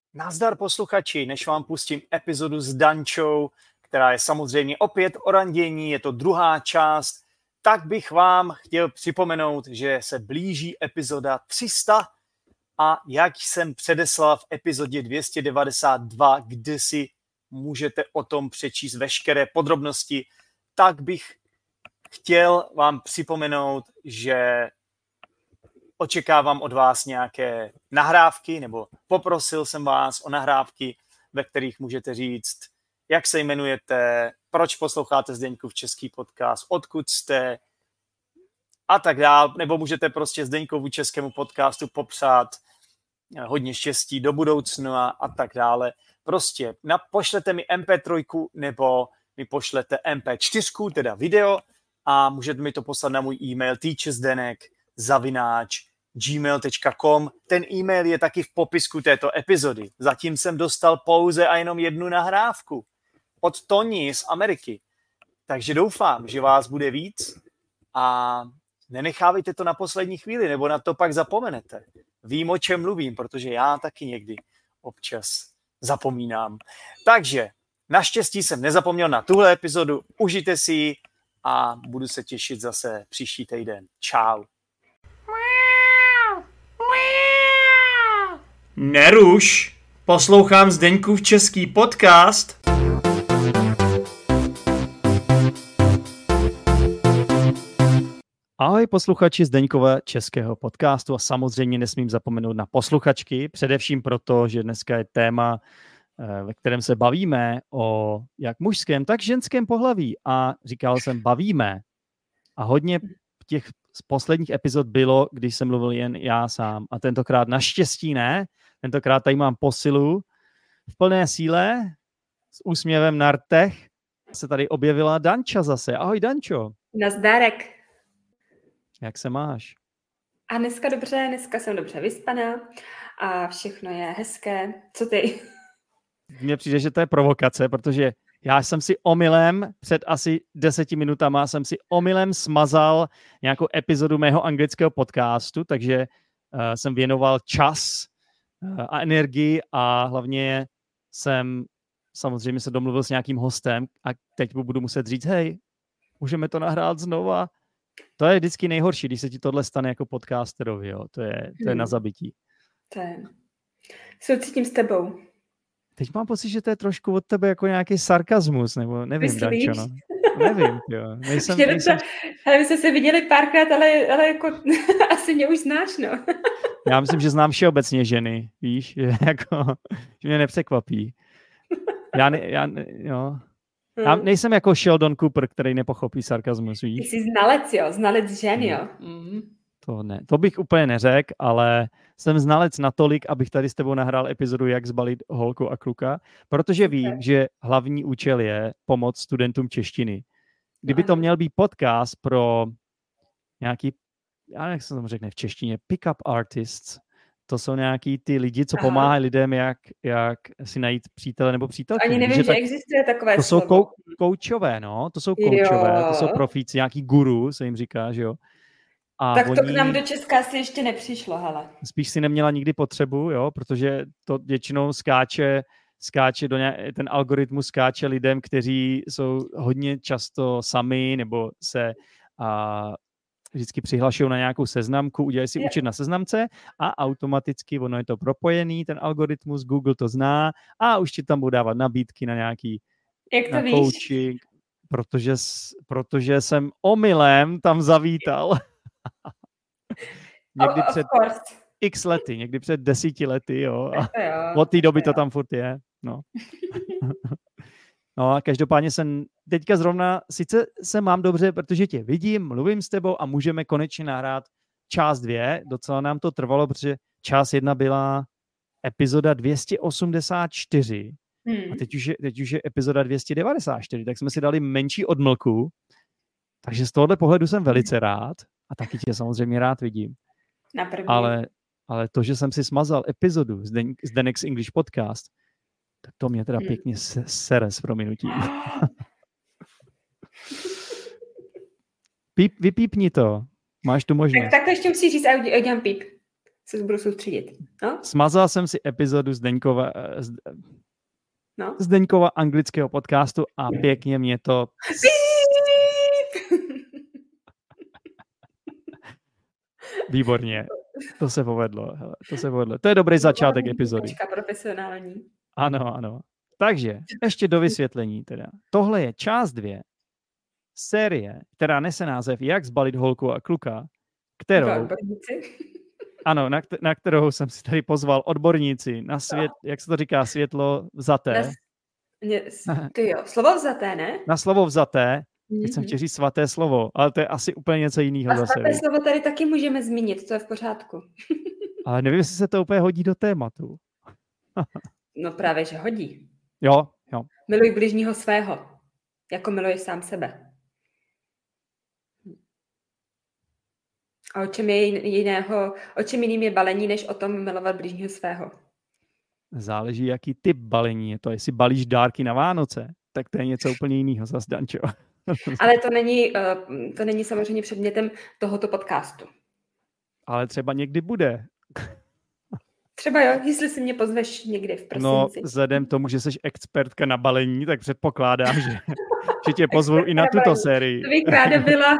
Nazdar posluchači, než vám pustím epizodu s Dančou, která je samozřejmě opět o randění, je to druhá část, tak bych vám chtěl připomenout, že se blíží epizoda 300 a jak jsem předeslal v epizodě 292, kde si můžete o tom přečíst veškeré podrobnosti, tak bych chtěl vám připomenout, že očekávám od vás nějaké nahrávky, nebo poprosil jsem vás o nahrávky, ve kterých můžete říct, jak se jmenujete, proč posloucháte Zdeňkův český podcast, odkud jste a tak dále, nebo můžete prostě Zdeňkovu českému podcastu popřát hodně štěstí do budoucna a tak dále. Prostě pošlete mi MP3 nebo mi pošlete MP4, teda video, a můžete mi to poslat na můj e-mail teachersdenek@gmail.com. Ten e-mail je taky v popisku této epizody. Zatím jsem dostal pouze a jenom jednu nahrávku od Toni z Ameriky. Takže doufám, že vás bude víc a nenechávejte to na poslední chvíli, nebo na to pak zapomenete. Vím, o čem mluvím, protože já taky někdy občas zapomínám. Takže naštěstí jsem nezapomněl na tuhle epizodu, užijte si ji a budu se těšit zase příští týden. Čau. Neruš, poslouchám Zdeňkův český podcast. Ahoj posluchači Zdeňkova českého podcastu a samozřejmě nesmím zapomenout na posluchačky, především proto, že dneska je téma, ve kterém se bavíme o jak mužském, tak ženském pohlaví a říkal jsem bavíme a hodně těch z posledních epizod bylo, když jsem mluvil jen já sám a tentokrát naštěstí ne, tentokrát tady mám posilu v plné síle s úsměvem na rtech se tady objevila Danča zase. Ahoj Dančo. Nazdárek. Jak se máš? A dneska jsem dobře vyspaná a všechno je hezké. Co ty? Mně přijde, že to je provokace, protože já jsem si omylem, před asi 10 minutama jsem si omylem smazal nějakou epizodu mého anglického podcastu, takže jsem věnoval čas a energii a hlavně jsem samozřejmě se domluvil s nějakým hostem a teď mu budu muset říct, hej, můžeme to nahrát znova. To je vždycky nejhorší, když se ti tohle stane jako podcasterovi, jo. To je na zabití. To je. Soucítím s tebou. Teď mám pocit, že to je trošku od tebe jako nějaký sarkazmus, nebo nevím, Myslíš? Dančo, no. Nevím, jo. Nejsem... Ale my jsme se viděli párkrát, ale jako asi mě už znáš, no. Já myslím, že znám všeobecně ženy, víš, že mě nepřekvapí. Já nejsem jako Sheldon Cooper, který nepochopí sarkazmus, víš. Ty jsi znalec, jo, znalec žen, jo. To ne, to bych úplně neřekl, ale jsem znalec natolik, abych tady s tebou nahrál epizodu Jak zbalit holku a kluka, protože vím, že hlavní účel je pomoct studentům češtiny. Kdyby to měl být podcast pro nějaký, já nevím, jak se tomu řekne v češtině, pick-up artists, to jsou nějaký ty lidi, co pomáhají lidem, jak si najít přítele nebo přítelky. Ani nevím, že existuje takové to slovo. To jsou koučové, no, to jsou koučové, to jsou profíci, nějaký guru, se jim říká, že jo. A tak to k nám do Česka asi ještě nepřišlo, hele. Spíš si neměla nikdy potřebu, jo, protože to většinou skáče ten algoritmus skáče lidem, kteří jsou hodně často sami, nebo se vždycky přihlašují na nějakou seznamku, udělají si účet na seznamce a automaticky, ono je to propojený, ten algoritmus, Google to zná a už ti tam budou dávat nabídky na nějaký coaching, protože jsem omylem tam zavítal. Někdy před x lety, někdy před 10 lety, jo. A od té doby to tam furt je, no. No a každopádně jsem teďka zrovna, sice se mám dobře, protože tě vidím, mluvím s tebou a můžeme konečně nahrát část 2. Docela nám to trvalo, protože část 1 byla epizoda 284 a teď už je epizoda 294, tak jsme si dali menší odmlku, takže z tohohle pohledu jsem velice rád a taky tě samozřejmě rád vidím. Ale to, že jsem si smazal epizodu z Denek's English Podcast, tak to mě teda pěkně sere s prominutím. Vypípni to. Máš tu možnost. Tak to ještě musíš říct a udělám píp. se budu soustředit. No? Smazal jsem si epizodu Zdeňkova anglického podcastu a pěkně mě to... Výborně. To se povedlo. Hele, to se povedlo. To je dobrý začátek epizody. Profesionální. Ano. Takže, ještě do vysvětlení teda. Tohle je část 2 série, která nese název Jak zbalit holku a kluka, kterou... Ano, na kterou jsem si tady pozval odborníci na svět, jak se to říká, světlo vzaté. Slovo vzaté, ne? Na slovo vzaté. Teď jsem chtěl říct svaté slovo, ale to je asi úplně něco jiného. A svaté slovo tady taky můžeme zmínit, to je v pořádku. Ale nevím, jestli se to úplně hodí do tématu. No právě, že hodí. Jo. Miluj bližního svého, jako miluješ sám sebe. A o čem jiným je balení, než o tom milovat bližního svého? Záleží, jaký typ balení je to. Jestli balíš dárky na Vánoce, tak to je něco úplně jiného zas, Dančo. Ale to není samozřejmě předmětem tohoto podcastu. Ale třeba někdy bude. Třeba jo, jestli si mě pozveš někdy v prosinci. No, vzhledem tomu, že jsi expertka na balení, tak předpokládám, že tě pozvu i na tuto sérii. To bych ráda byla.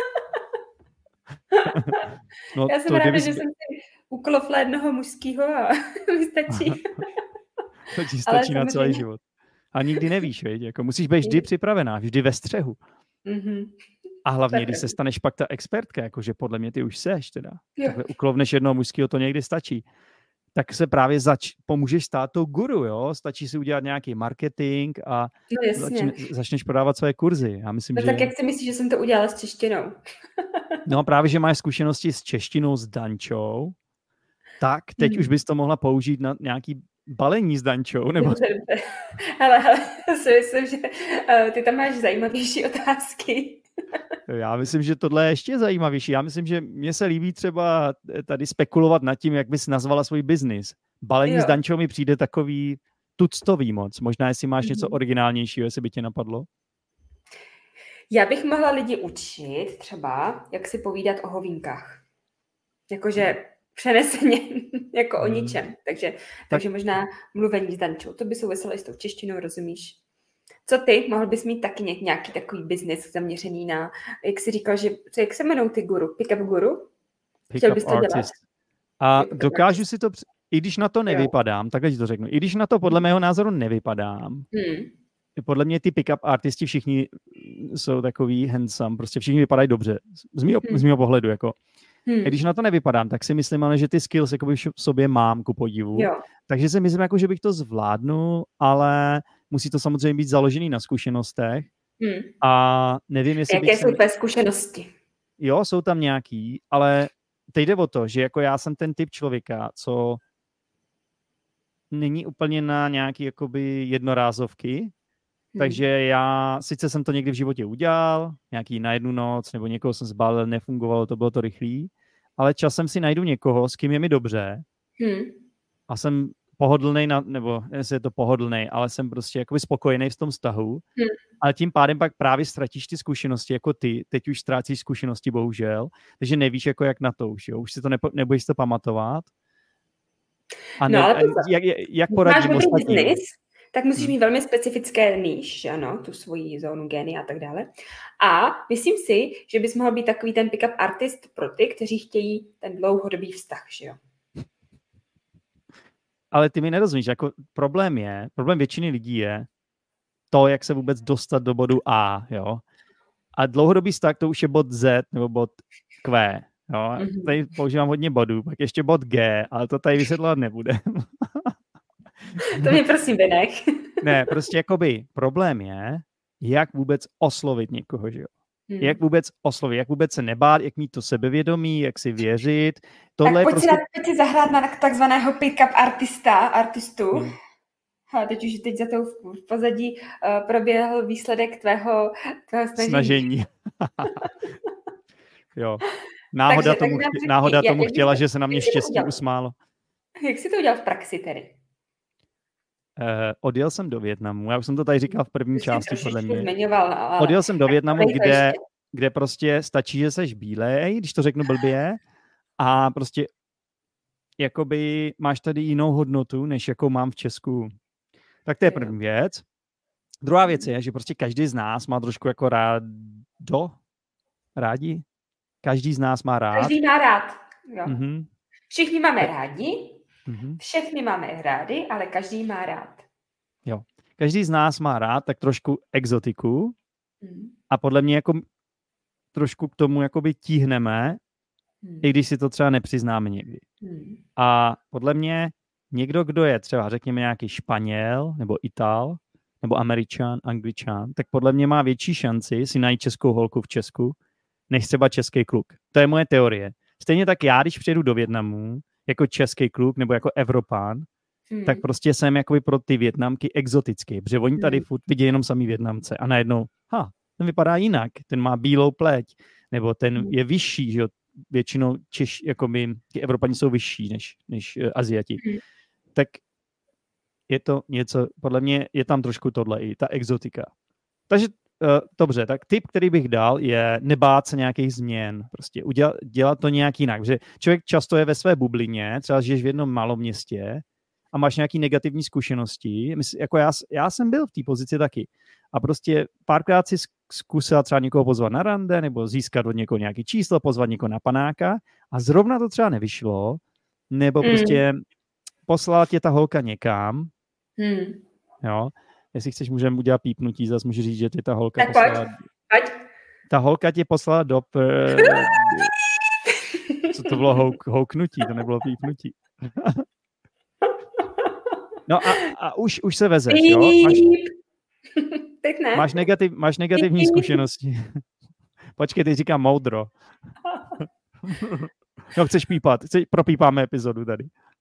No, já jsem ráda, že jsem si uklofla jednoho mužského a mi stačí. To ti stačí na celý život. A nikdy nevíš, veď? Jako musíš být vždy připravená, vždy ve střehu. Mm-hmm. A hlavně, když se staneš pak ta expertka, jakože podle mě ty už seš teda, takhle uklovneš jednoho mužského, to někdy stačí. Tak se právě pomůžeš stát tou guru, jo? Stačí si udělat nějaký marketing a začneš prodávat své kurzy. Já myslím, tak jak si myslíš, že jsem to udělala s češtinou? No právě, že máš zkušenosti s češtinou s Dančou, tak teď už bys to mohla použít na nějaký balení s Dančou, nebo... Hele, si myslím, že ty tam máš zajímavější otázky. Já myslím, že tohle je ještě zajímavější. Já myslím, že mně se líbí třeba tady spekulovat nad tím, jak bys nazvala svůj biznis. Balení s Dančou mi přijde takový tuctový moc. Možná, jestli máš něco originálnějšího, jestli by tě napadlo. Já bych mohla lidi učit třeba, jak si povídat o hovínkách. Jakože přeneseně, jako o ničem. Takže možná mluvení s Dančou. To by souviselo i s tou češtinou, rozumíš? Co ty? Mohl bys mít taky nějaký takový biznis zaměřený na, jak jsi říkal, že, jak se jmenou ty guru? Pick-up guru? Chtěl bys to dělat? A dokážu si to, i když na to nevypadám, takhle ti to řeknu, i když na to podle mého názoru nevypadám, podle mě ty pick-up artisti všichni jsou takový handsome, prostě všichni vypadají dobře, z mého pohledu, jako. I když na to nevypadám, tak si myslím, ale že ty skills jakoby v sobě mám ku podivu. Jo. Takže si myslím, jako, že bych to zvládnul, ale musí to samozřejmě být založený na zkušenostech. A nevím, jestli jaké jsou tvé zkušenosti? Jo, jsou tam nějaký, ale teď jde o to, že jako já jsem ten typ člověka, co není úplně na nějaký jakoby jednorázovky, takže já sice jsem to někdy v životě udělal, nějaký na jednu noc, nebo někoho jsem zbalil, nefungovalo, to bylo to rychlý, ale časem si najdu někoho, s kým je mi dobře a jsem pohodlnej, nebo jestli je to pohodlnej, ale jsem prostě jakoby spokojený v tom vztahu, ale tím pádem pak právě ztratíš ty zkušenosti, jako ty, teď už ztrácíš zkušenosti, bohužel, takže nevíš, jako jak na to už, jo? Už si to nebudeš to pamatovat. A jak poradím ostatním? Tak musíš mít velmi specifické níž, že ano, tu svoji zónu gény a tak dále. A myslím si, že bys mohl být takový ten pick-up artist pro ty, kteří chtějí ten dlouhodobý vztah, že jo? Ale ty mi nerozumíš, jako problém většiny lidí je to, jak se vůbec dostat do bodu A, jo? A dlouhodobý vztah, to už je bod Z nebo bod Q, jo? Tady používám hodně bodů, pak ještě bod G, ale to tady vysvětlovat nebude. To mě prosím vynech. Ne, prostě jakoby problém je, jak vůbec oslovit někoho, že jo? Jak vůbec oslovit, jak vůbec se nebát, jak mít to sebevědomí, jak si věřit. Tohle tak pojď si zahrát na takzvaného pick-up artistu. A teď za tou v pozadí proběhl výsledek tvého snažení. Jo. Náhoda tomu chtěla, že se na mě štěstí usmálo. Jak jsi to udělal v praxi tedy? Odjel jsem do Vietnamu, já už jsem to tady říkal v první části, podle mě. Zmiňoval, ale... Odjel jsem do Vietnamu, kde prostě stačí, že seš bílej, když to řeknu blbě, a prostě jakoby máš tady jinou hodnotu, než jakou mám v Česku. Tak to je první věc. Druhá věc je, že prostě každý z nás má trošku jako rádi? Každý z nás má rád. Každý má rád. Jo. Mm-hmm. Všichni máme rádi, všechny máme rádi, ale každý má rád. Jo. Každý z nás má rád tak trošku exotiku a podle mě jako trošku k tomu jakoby tíhneme, i když si to třeba nepřiznáme někdy. A podle mě někdo, kdo je třeba, řekněme, nějaký Španěl nebo Ital, nebo Američan, Angličan, tak podle mě má větší šanci si najít českou holku v Česku, než třeba český kluk. To je moje teorie. Stejně tak já, když přijedu do Vietnamu, jako český kluk nebo jako Evropán, tak prostě jsem jakoby pro ty Vietnamky exotický, protože oni tady furt vidí jenom samý Vietnamce a najednou, ten vypadá jinak, ten má bílou pleť, nebo ten je vyšší, že jo, většinou jakoby, ty Evropani jsou vyšší než Aziati. Tak je to něco, podle mě je tam trošku tohle i ta exotika. Takže dobře, tak tip, který bych dal, je nebát se nějakých změn, prostě dělat to nějak jinak, protože člověk často je ve své bublině, třeba žiješ v jednom malom městě a máš nějaký negativní zkušenosti, jako já jsem byl v té pozici taky a prostě párkrát si zkusil třeba někoho pozvat na rande nebo získat od někoho nějaký číslo, pozvat někoho na panáka a zrovna to třeba nevyšlo, nebo prostě poslala tě ta holka někam, jo, jestli chceš, můžeme udělat pípnutí, zase můžu říct, že tě ta holka tak poslala. Pojď. Ta holka tě poslala Co to bylo houknutí, to nebylo pípnutí. No a už se vezeš, jo? Máš negativní zkušenosti. Počkej, teď říkám moudro. No, chceš pípat, propípáme epizodu tady.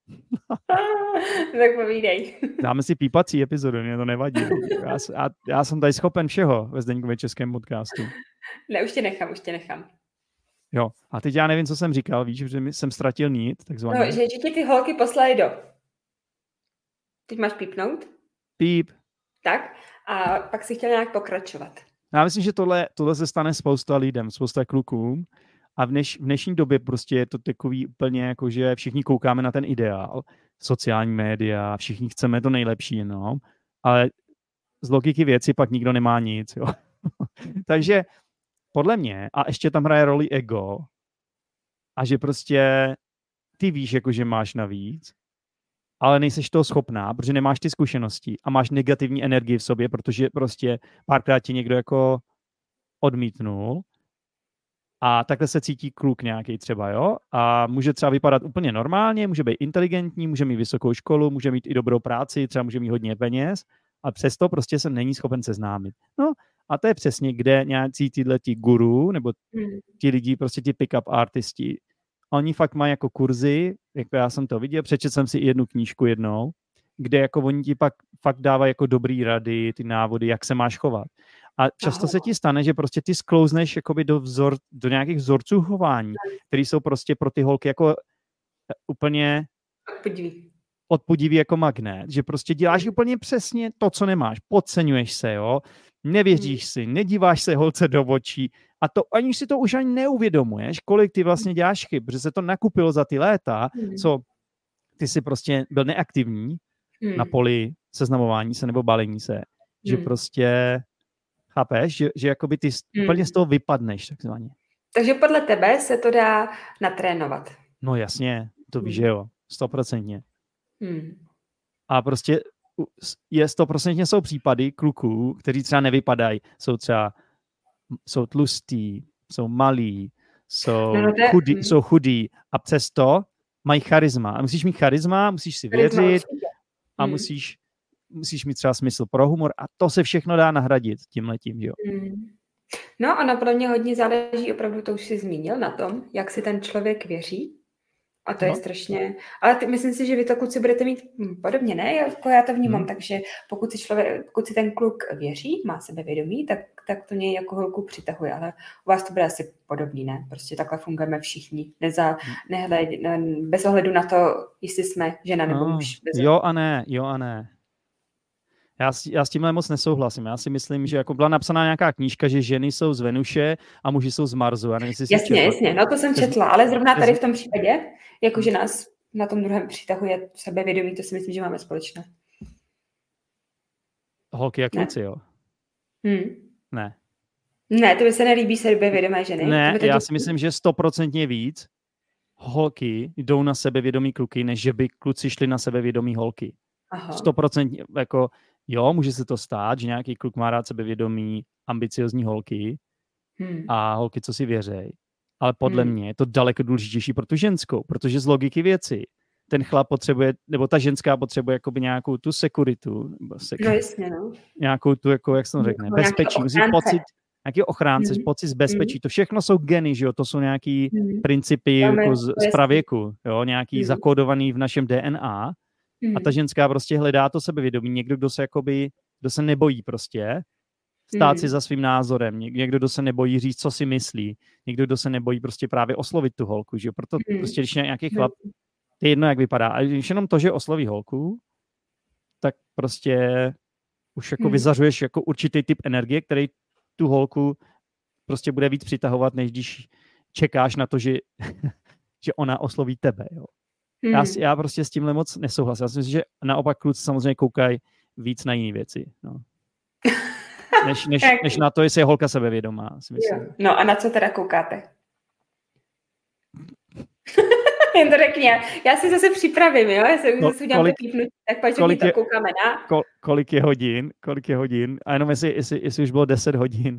Tak povídej. Dáme si pípací epizodu, mě to nevadí. Já jsem tady schopen všeho ve Zdeňkově českém podcastu. Ne, už tě nechám. Jo, a teď já nevím, co jsem říkal, víš, že jsem ztratil nit, takzvaně. No, že ti ty holky poslali do. Teď máš pípnout? Píp. Tak, a pak si chtěl nějak pokračovat. Já myslím, že tohle se stane spousta lidem, spousta klukům. A v dnešní době prostě je to takový úplně jako, že všichni koukáme na ten ideál, sociální média, všichni chceme to nejlepší, no, ale z logiky věci pak nikdo nemá nic, jo. Takže podle mě, a ještě tam hraje roli ego, a že prostě ty víš, jako, že máš navíc, ale nejseš toho schopná, protože nemáš ty zkušenosti a máš negativní energii v sobě, protože prostě párkrát ti někdo jako odmítnul. A takhle se cítí kluk nějaký třeba, jo? A může třeba vypadat úplně normálně, může být inteligentní, může mít vysokou školu, může mít i dobrou práci, třeba může mít hodně peněz, a přesto prostě se není schopen seznámit. No a to je přesně, kde nějací tyhle ti guru, nebo ti lidi, prostě ti pick-up artisti, oni fakt mají jako kurzy, jako já jsem to viděl, přečetl jsem si i jednu knížku jednou, kde jako oni ti pak fakt dávají jako dobrý rady, ty návody, jak se máš chovat. A často se ti stane, že prostě ty sklouzneš jakoby do nějakých vzorců chování, které jsou prostě pro ty holky jako úplně odpudivý jako magnet, že prostě děláš úplně přesně to, co nemáš. Podceňuješ se, jo, nevěříš si, nedíváš se holce do očí a to ani si to už ani neuvědomuješ, kolik ty vlastně děláš chyb, protože se to nakupilo za ty léta, co ty si prostě byl neaktivní na poli seznamování se nebo balení se, že prostě chápeš, že jakoby ty úplně z toho vypadneš, takzvaně. Takže podle tebe se to dá natrénovat. No jasně, to víš, že jo, 100%. A prostě 100% jsou případy kluků, kteří třeba nevypadají, jsou tlustý, jsou malí, jsou chudí a přesto mají charisma. A musíš mít charisma, musíš si věřit a musíš mít třeba smysl pro humor a to se všechno dá nahradit tímhletím, jo. No, ono podle mě hodně záleží, opravdu to už jsi zmínil, na tom, jak si ten člověk věří. A to je strašně... Ale myslím si, že vy to kluci budete mít podobně, ne? Jako já to vnímám, takže pokud si ten kluk věří, má sebevědomí, tak to něj jako holku přitahuje, ale u vás to bude asi podobný, ne? Prostě takhle fungujeme všichni. Bez ohledu na to, jestli jsme žena nebo muž. Jo a ne. Já s tímhle moc nesouhlasím. Já si myslím, že jako byla napsaná nějaká knížka, že ženy jsou z Venuše a muži jsou z Marsu. Jasně, no to jsem četla, ale zrovna tady v tom případě, jakože nás na tom druhém přitahuje sebevědomí, to si myslím, že máme společné. Holky a kluci, jo? Ne. Ne, to by se nelíbí sebevědomé ženy. Ne, já si myslím, že 100% víc holky jdou na sebevědomí kluky, než že by kluci šli na sebevědomí holky. 100%, jako jo, může se to stát, že nějaký kluk má rád sebevědomí ambiciozní holky a holky, co si věřej. Ale podle mě je to daleko důležitější pro tu ženskou, protože z logiky věci ten chlap potřebuje, nebo ta ženská potřebuje jakoby nějakou tu sekuritu, no jasně, no. Nějakou tu, jako, jak se to řekne, bezpečí, musí pocit, nějaký ochránce, pocit z bezpečí, to všechno jsou geny, že jo, to jsou nějaký principy jako z pravěku, jo, nějaký zakódovaný v našem DNA a ta ženská prostě hledá to sebevědomí, někdo, kdo se nebojí prostě stát si za svým názorem, někdo, kdo se nebojí říct, co si myslí, někdo, kdo se nebojí prostě právě oslovit tu holku, že jo, proto prostě, když nějaký chlap, to je jedno, jak vypadá, a když jenom to, že osloví holku, tak prostě už jako vyzařuješ jako určitý typ energie, který tu holku prostě bude víc přitahovat, než když čekáš na to, že ona osloví tebe, jo. Já prostě s tímhle moc nesouhlasím. Já si myslím, že naopak kluci samozřejmě koukají víc na jiné věci, no. Než na to, jestli je holka sebevědomá. No a na co teda koukáte? Jen to řekni, já si zase připravím, jo? Já si zase udělám to pípnutí, tak pojď, to koukáme na... Kolik je hodin? A jenom jestli už bylo 10 hodin.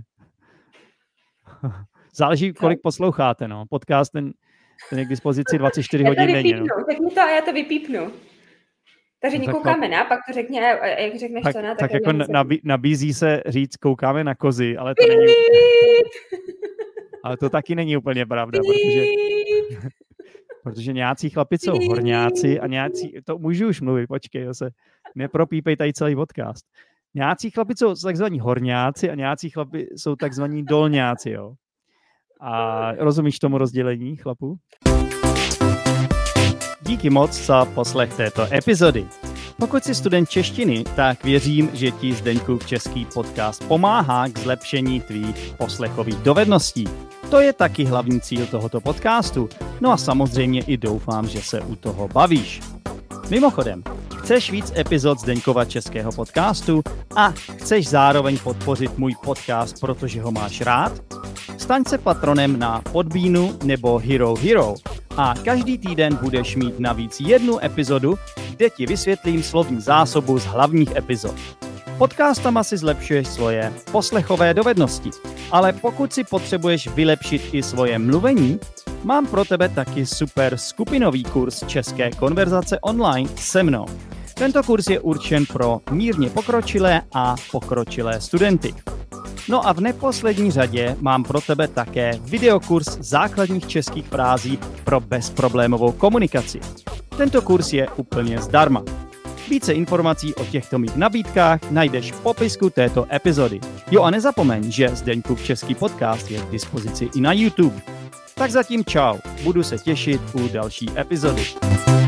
Záleží, kolik posloucháte, no. Podcast, ten je k dispozici 24 hodin denně. Řekni to a já to vypípnu. Takže koukáme na, pak to řekni, a jak řekneš tak, to na, tak jako nabízí se říct, koukáme na kozy, ale to není ale to taky není úplně pravda, protože nějací chlapi jsou horňáci a nějací, to můžu už mluvit, počkej, se nepropípej tady celý podcast. Nějací chlapi jsou takzvaní horňáci a nějací chlapi jsou takzvaní dolňáci, jo. A rozumíš tomu rozdělení, chlapu? Díky moc za poslech této epizody. Pokud jsi student češtiny, tak věřím, že ti Zdeňkův český podcast pomáhá k zlepšení tvých poslechových dovedností. To je taky hlavní cíl tohoto podcastu. No a samozřejmě i doufám, že se u toho bavíš. Mimochodem, chceš víc epizod Zdeňkova českého podcastu a chceš zároveň podpořit můj podcast, protože ho máš rád? Staň se patronem na Podbeanu nebo Hero a každý týden budeš mít navíc jednu epizodu, kde ti vysvětlím slovní zásobu z hlavních epizod. Podcastama si zlepšuješ svoje poslechové dovednosti, ale pokud si potřebuješ vylepšit i svoje mluvení, mám pro tebe taky super skupinový kurz české konverzace online se mnou. Tento kurz je určen pro mírně pokročilé a pokročilé studenty. No a v neposlední řadě mám pro tebe také videokurs základních českých frází pro bezproblémovou komunikaci. Tento kurz je úplně zdarma. Více informací o těchto mých nabídkách najdeš v popisku této epizody. Jo a nezapomeň, že Zdeňkův český podcast je k dispozici i na YouTube. Tak zatím čau, budu se těšit u další epizody.